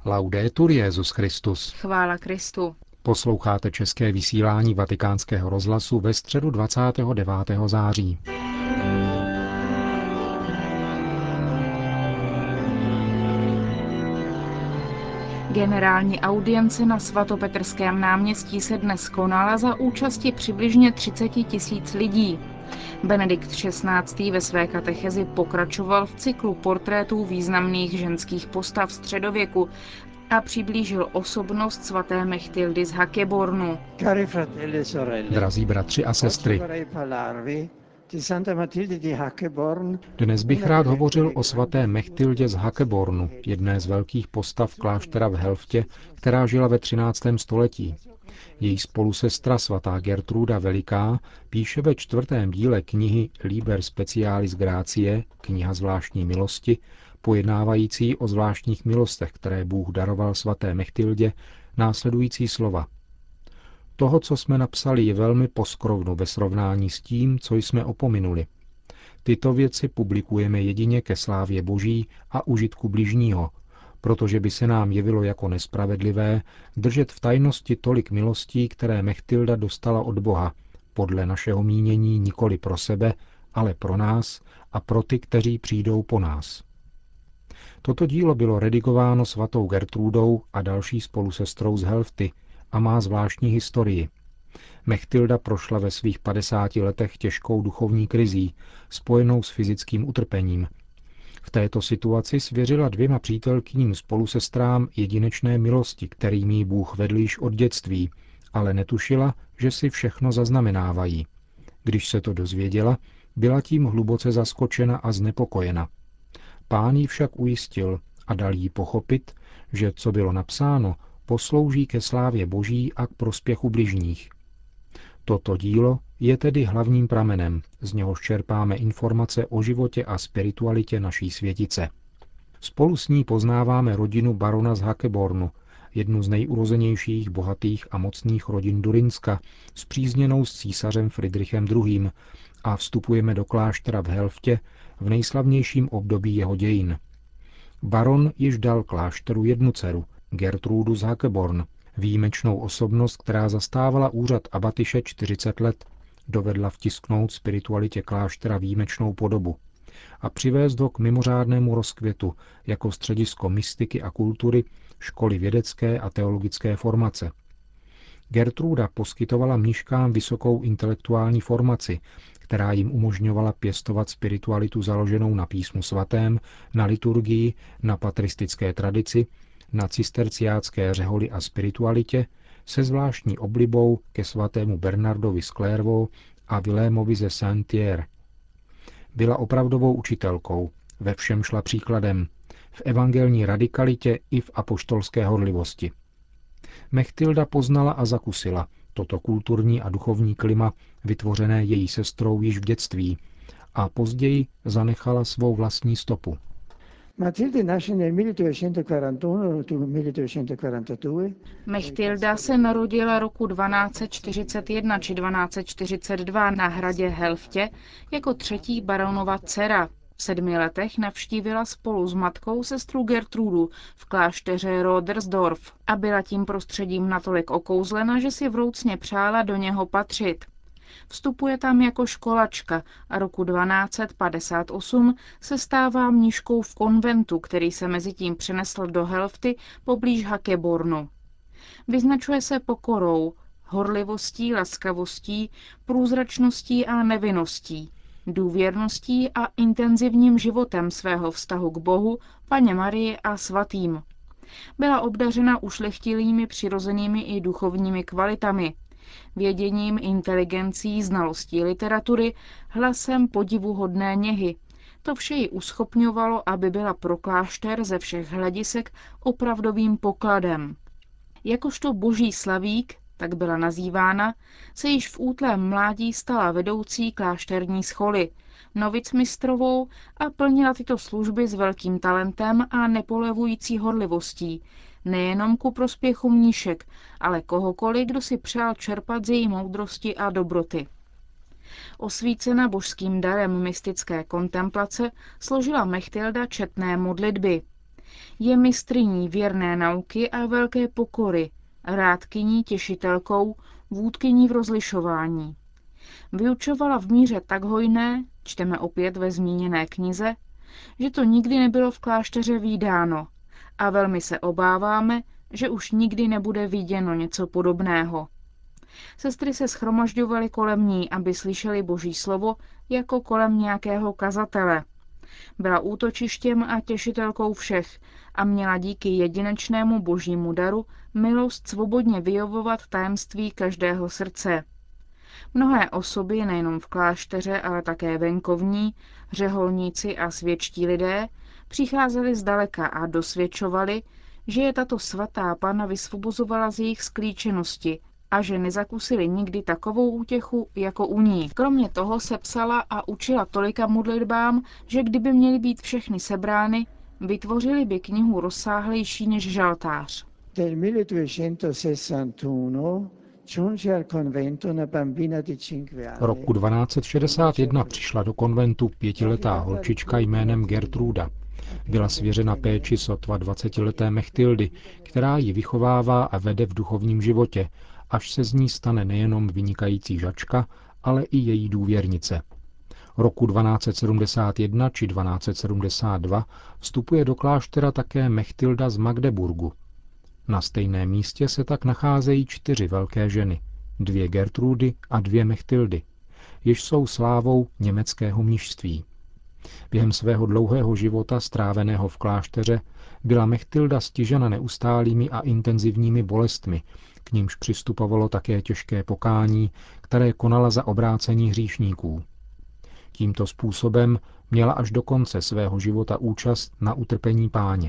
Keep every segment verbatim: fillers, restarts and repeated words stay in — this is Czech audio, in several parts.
Laudetur Jesus Christus. Chvála Kristu. Posloucháte české vysílání Vatikánského rozhlasu ve středu dvacátého devátého září. Generální audience na svatopetrském náměstí se dnes konala za účasti přibližně třicet tisíc lidí. Benedikt šestnáctý. Ve své katechezi pokračoval v cyklu portrétů významných ženských postav středověku a přiblížil osobnost svaté Mechtildy z Hakebornu. Drazí bratři a sestry, dnes bych rád hovořil o svaté Mechtildě z Hakebornu, jedné z velkých postav kláštera v Helftě, která žila ve třináctém století. Její spolusestra svatá Gertruda Veliká píše ve čtvrtém díle knihy Liber Specialis Gratiae, kniha zvláštní milosti, pojednávající o zvláštních milostech, které Bůh daroval svaté Mechtildě, následující slova. Toho, co jsme napsali, je velmi poskrovno ve srovnání s tím, co jsme opominuli. Tyto věci publikujeme jedině ke slávě Boží a užitku bližního, protože by se nám jevilo jako nespravedlivé držet v tajnosti tolik milostí, které Mechtilda dostala od Boha, podle našeho mínění nikoli pro sebe, ale pro nás a pro ty, kteří přijdou po nás. Toto dílo bylo redigováno svatou Gertrudou a další spolusestrou z Helfty a má zvláštní historii. Mechtilda prošla ve svých padesáti letech těžkou duchovní krizí, spojenou s fyzickým utrpením. V této situaci svěřila dvěma přítelkyním spolusestrám jedinečné milosti, kterými Bůh vedl již od dětství, ale netušila, že si všechno zaznamenávají. Když se to dozvěděla, byla tím hluboce zaskočena a znepokojena. Pán jí však ujistil a dal jí pochopit, že co bylo napsáno, poslouží ke slávě Boží a k prospěchu bližních. Toto dílo je tedy hlavním pramenem, z něhož čerpáme informace o životě a spiritualitě naší světice. Spolu s ní poznáváme rodinu barona z Hakebornu, jednu z nejurozenějších, bohatých a mocných rodin Durinska, spřízněnou s císařem Fridrichem druhým. a vstupujeme do kláštera v Helftě v nejslavnějším období jeho dějin. Baron již dal klášteru jednu dceru, Gertrudu z Hakeborn, výjimečnou osobnost, která zastávala úřad abatyše čtyřicet let, dovedla vtisknout spiritualitě kláštera výjimečnou podobu a přivést ho k mimořádnému rozkvětu jako středisko mystiky a kultury, školy vědecké a teologické formace. Gertruda poskytovala mniškám vysokou intelektuální formaci, která jim umožňovala pěstovat spiritualitu založenou na písmu svatém, na liturgii, na patristické tradici, na cisterciácké řeholi a spiritualitě, se zvláštní oblibou ke svatému Bernardovi z Clairvaux a Vilémovi ze Saint-Thierry. Byla opravdovou učitelkou, ve všem šla příkladem, v evangelní radikalitě i v apoštolské horlivosti. Mechtilda poznala a zakusila toto kulturní a duchovní klima, vytvořené její sestrou již v dětství, a později zanechala svou vlastní stopu. Mechtilda se narodila roku dvanáct set čtyřicet jedna či dvanáct set čtyřicet dva na hradě Helftě jako třetí baronova dcera. V sedmi letech navštívila spolu s matkou sestru Gertrudu v klášteře Rodersdorf a byla tím prostředím natolik okouzlena, že si vroucně přála do něho patřit. Vstupuje tam jako školačka a roku dvanáct set padesát osm se stává mniškou v konventu, který se mezitím přenesl do Helfty poblíž Hakebornu. Vyznačuje se pokorou, horlivostí, laskavostí, průzračností a nevinností, důvěrností a intenzivním životem svého vztahu k Bohu, Panně Marii a svatým. Byla obdařena ušlechtilými přirozenými i duchovními kvalitami, věděním, inteligencí, znalostí literatury, hlasem podivuhodné něhy. To vše ji uschopňovalo, aby byla pro klášter ze všech hledisek opravdovým pokladem. Jakožto boží slavík, tak byla nazývána, se již v útlém mládí stala vedoucí klášterní scholy, novicmistrovou a plnila tyto služby s velkým talentem a nepolevující horlivostí, nejenom ku prospěchu mníšek, ale kohokoliv, kdo si přál čerpat z její moudrosti a dobroty. Osvícena božským darem mystické kontemplace složila Mechtilda četné modlitby. Je mistryní věrné nauky a velké pokory, rádkyní, těšitelkou, vůdkyní v rozlišování. Vyučovala v míře tak hojné, čteme opět ve zmíněné knize, že to nikdy nebylo v klášteře vídáno a velmi se obáváme, že už nikdy nebude viděno něco podobného. Sestry se shromažďovaly kolem ní, aby slyšeli Boží slovo jako kolem nějakého kazatele. Byla útočištěm a těšitelkou všech a měla díky jedinečnému božímu daru milost svobodně vyjevovat tajemství každého srdce. Mnohé osoby, nejenom v klášteře, ale také venkovní, řeholníci a světští lidé, přicházeli zdaleka a dosvědčovali, že je tato svatá Panna vysvobozovala z jejich sklíčenosti a že nezakusili nikdy takovou útěchu jako u ní. Kromě toho se psala a učila tolika modlitbám, že kdyby měly být všechny sebrány, vytvořili by knihu rozsáhlejší než žaltář. Del milleduecentosessantuno giunge al convento una bambina di cinque anni. Roku dvanáct set šedesát jedna přišla do konventu pětiletá holčička jménem Gertruda. Byla svěřena péči sotva dvacetileté Mechtildy, která ji vychovává a vede v duchovním životě, až se z ní stane nejenom vynikající žačka, ale i její důvěrnice. Roku dvanáct set sedmdesát jedna či dvanáct set sedmdesát dva vstupuje do kláštera také Mechtilda z Magdeburgu. Na stejném místě se tak nacházejí čtyři velké ženy, dvě Gertrudy a dvě Mechtildy, jež jsou slávou německého mnišství. Během svého dlouhého života stráveného v klášteře byla Mechtilda stižena neustálými a intenzivními bolestmi, k nímž přistupovalo také těžké pokání, které konala za obrácení hříšníků. Tímto způsobem měla až do konce svého života účast na utrpení Páně.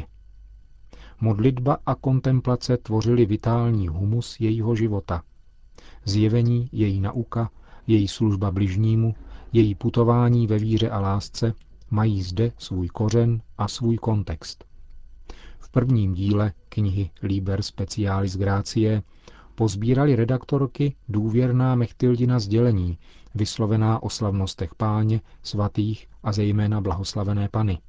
Modlitba a kontemplace tvořily vitální humus jejího života. Zjevení, její nauka, její služba bližnímu, její putování ve víře a lásce mají zde svůj kořen a svůj kontext. V prvním díle knihy Liber Specialis Gratiae pozbírali redaktorky důvěrná Mechtildina sdělení, vyslovená o slavnostech Páně, svatých a zejména blahoslavené Panny.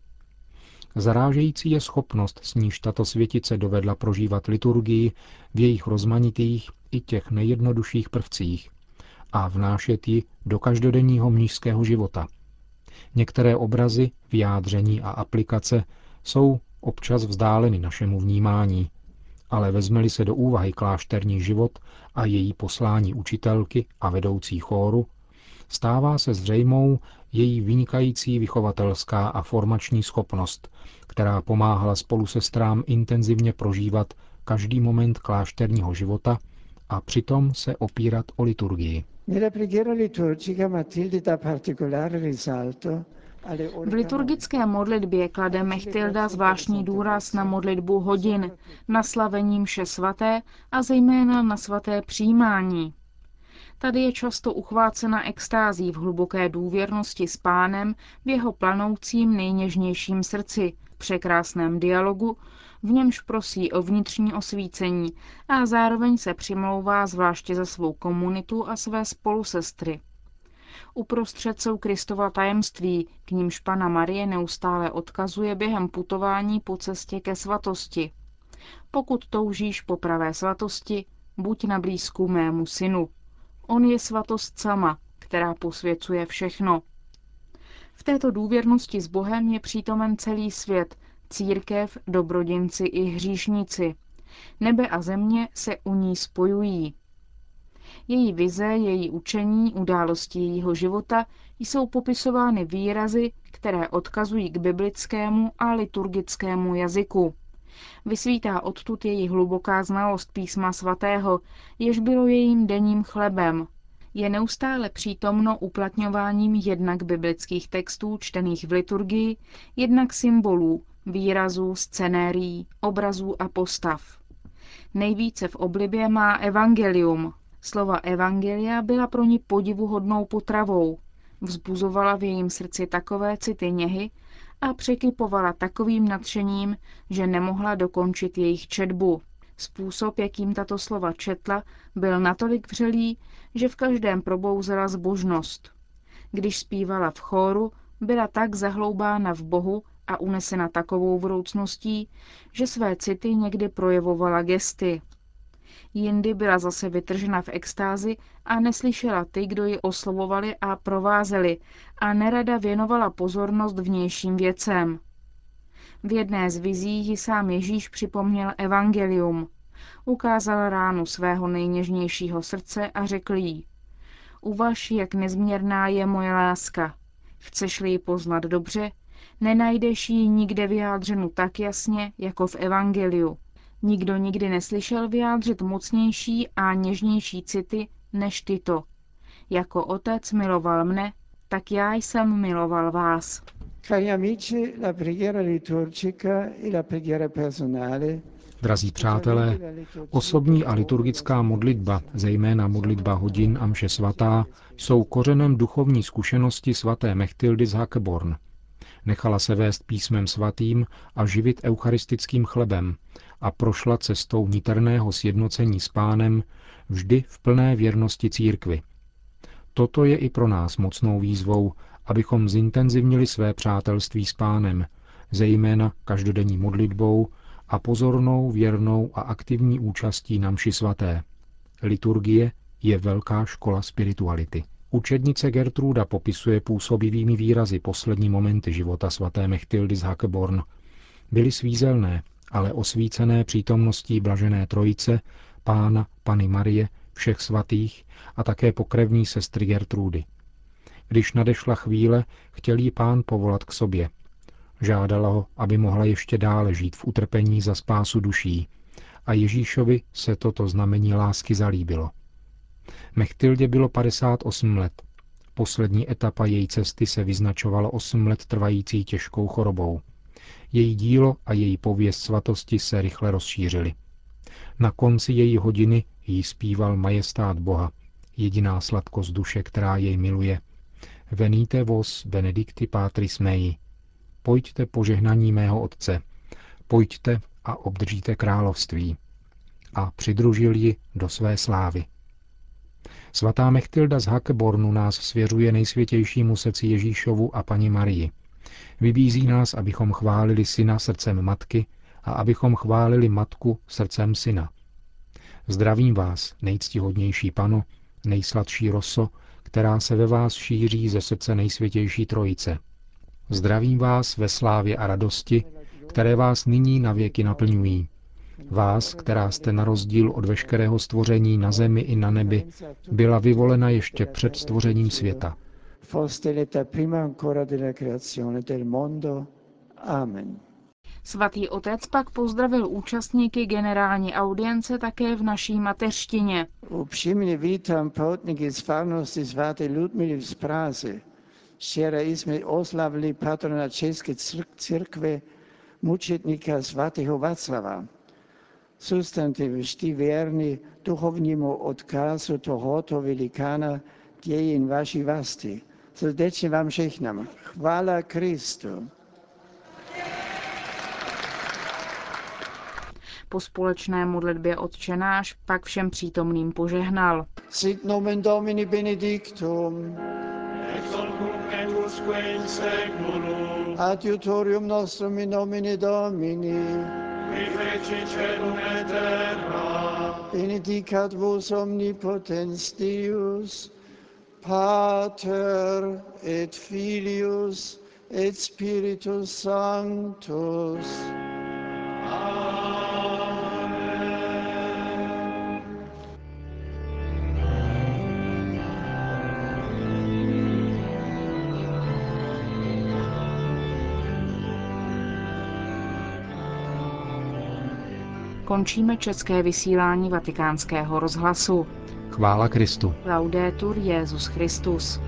Zarážející je schopnost, s níž tato světice dovedla prožívat liturgii v jejich rozmanitých i těch nejjednodušších prvcích a vnášet ji do každodenního mnišského života. Některé obrazy, vyjádření a aplikace jsou občas vzdáleny našemu vnímání, ale vezme-li se do úvahy klášterní život a její poslání učitelky a vedoucí chóru, stává se zřejmou její vynikající vychovatelská a formační schopnost, která pomáhala spolusestrám intenzivně prožívat každý moment klášterního života a přitom se opírat o liturgii. V liturgické modlitbě klade Mechtilda zvláštní důraz na modlitbu hodin, na slavení mše svaté a zejména na svaté přijímání. Tady je často uchvácena extází v hluboké důvěrnosti s Pánem v jeho planoucím nejněžnějším srdci, překrásném dialogu, v němž prosí o vnitřní osvícení a zároveň se přimlouvá zvláště za svou komunitu a své spolusestry. Uprostřed jsou Kristova tajemství, k nímž Panna Marie neustále odkazuje během putování po cestě ke svatosti. Pokud toužíš po pravé svatosti, buď na blízku mému synu. On je svatost sama, která posvěcuje všechno. V této důvěrnosti s Bohem je přítomen celý svět, církev, dobrodinci i hříšníci. Nebe a země se u ní spojují. Její vize, její učení, události jejího života jsou popisovány výrazy, které odkazují k biblickému a liturgickému jazyku. Vysvítá odtud její hluboká znalost písma svatého, jež bylo jejím denním chlebem. Je neustále přítomno uplatňováním jednak biblických textů čtených v liturgii, jednak symbolů, výrazů, scenérií, obrazů a postav. Nejvíce v oblibě má evangelium. Slova evangelia byla pro ní podivuhodnou potravou. Vzbuzovala v jejím srdci takové city něhy a překypovala takovým nadšením, že nemohla dokončit jejich četbu. Způsob, jakým tato slova četla, byl natolik vřelý, že v každém probouzela zbožnost. Když zpívala v chóru, byla tak zahloubána v Bohu a unesena takovou budoucností, že své city někdy projevovala gesty. Jindy byla zase vytržena v extázi a neslyšela ty, kdo ji oslovovali a provázeli, a nerada věnovala pozornost vnějším věcem. V jedné z vizí ji sám Ježíš připomněl evangelium. Ukázal ránu svého nejněžnějšího srdce a řekl jí: Uvaž, jak nezměrná je moje láska. Chceš-li ji poznat dobře, nenajdeš ji nikde vyjádřenu tak jasně, jako v evangeliu. Nikdo nikdy neslyšel vyjádřit mocnější a něžnější city než tyto. Jako Otec miloval mne, tak já jsem miloval vás. Cari amici, la preghiera liturgica e la preghiera personale. Drazí přátelé, osobní a liturgická modlitba, zejména modlitba hodin a mše svatá, jsou kořenem duchovní zkušenosti svaté Mechtildy z Hakeborn. Nechala se vést písmem svatým a živit eucharistickým chlebem a prošla cestou niterného sjednocení s Pánem vždy v plné věrnosti církvi. Toto je i pro nás mocnou výzvou, abychom zintenzivnili své přátelství s Pánem, zejména každodenní modlitbou a pozornou, věrnou a aktivní účastí na mši svaté. Liturgie je velká škola spirituality. Učednice Gertruda popisuje působivými výrazy poslední momenty života svaté Mechtildy z Hakeborn. Byly svízelné, ale osvícené přítomností blažené trojice, Pána, Panny Marie, všech svatých a také pokrevní sestry Gertrudy. Když nadešla chvíle, chtěl jí Pán povolat k sobě. Žádala ho, aby mohla ještě dále žít v utrpení za spásu duší, a Ježíšovi se toto znamení lásky zalíbilo. Mechtildě bylo padesát osm let. Poslední etapa její cesty se vyznačovala osm let trvající těžkou chorobou. Její dílo a její pověst svatosti se rychle rozšířily. Na konci její hodiny jí zpíval majestát Boha, jediná sladkost duše, která jej miluje. Venite vos benedicti patris mei. Pojďte požehnaní mého Otce. Pojďte a obdržíte království. A přidružil ji do své slávy. Svatá Mechtilda z Hakebornu nás svěřuje nejsvětějšímu srdci Ježíšovu a Panně Marii. Vybízí nás, abychom chválili syna srdcem matky a abychom chválili matku srdcem syna. Zdravím vás, nejctihodnější Pano, nejsladší roso, která se ve vás šíří ze srdce nejsvětější trojice. Zdravím vás ve slávě a radosti, které vás nyní navěky naplňují. Vás, která jste na rozdíl od veškerého stvoření na zemi i na nebi, byla vyvolena ještě před stvořením světa. Amen. Svatý otec pak pozdravil účastníky generální audience také v naší mateřštině. Upřímně vítám poutníky z farnosti svaté Ludmily z Praze. Včera jsme oslavili patrona České církve mučetníka svatého Václava. Zůstaňte vždy věrní duchovnímu odkazu tohoto velikána dějin vaší vlasti. Srdečně vám žehnám. Chvála Kristu. Po společné modlitbě Otčenáš pak všem přítomným požehnal. Sit nomen Domini benedictum. Ex hoc nunc et usque in seculum. Adiutorium nostrum in nomine Domini. Qui feci caelum et terra. Benedicat vos omnipotens Deus, Pater et Filius et Spiritus Sanctus. Končíme české vysílání Vatikánského rozhlasu. Chvála Kristu. Laudetur Jesus Christus.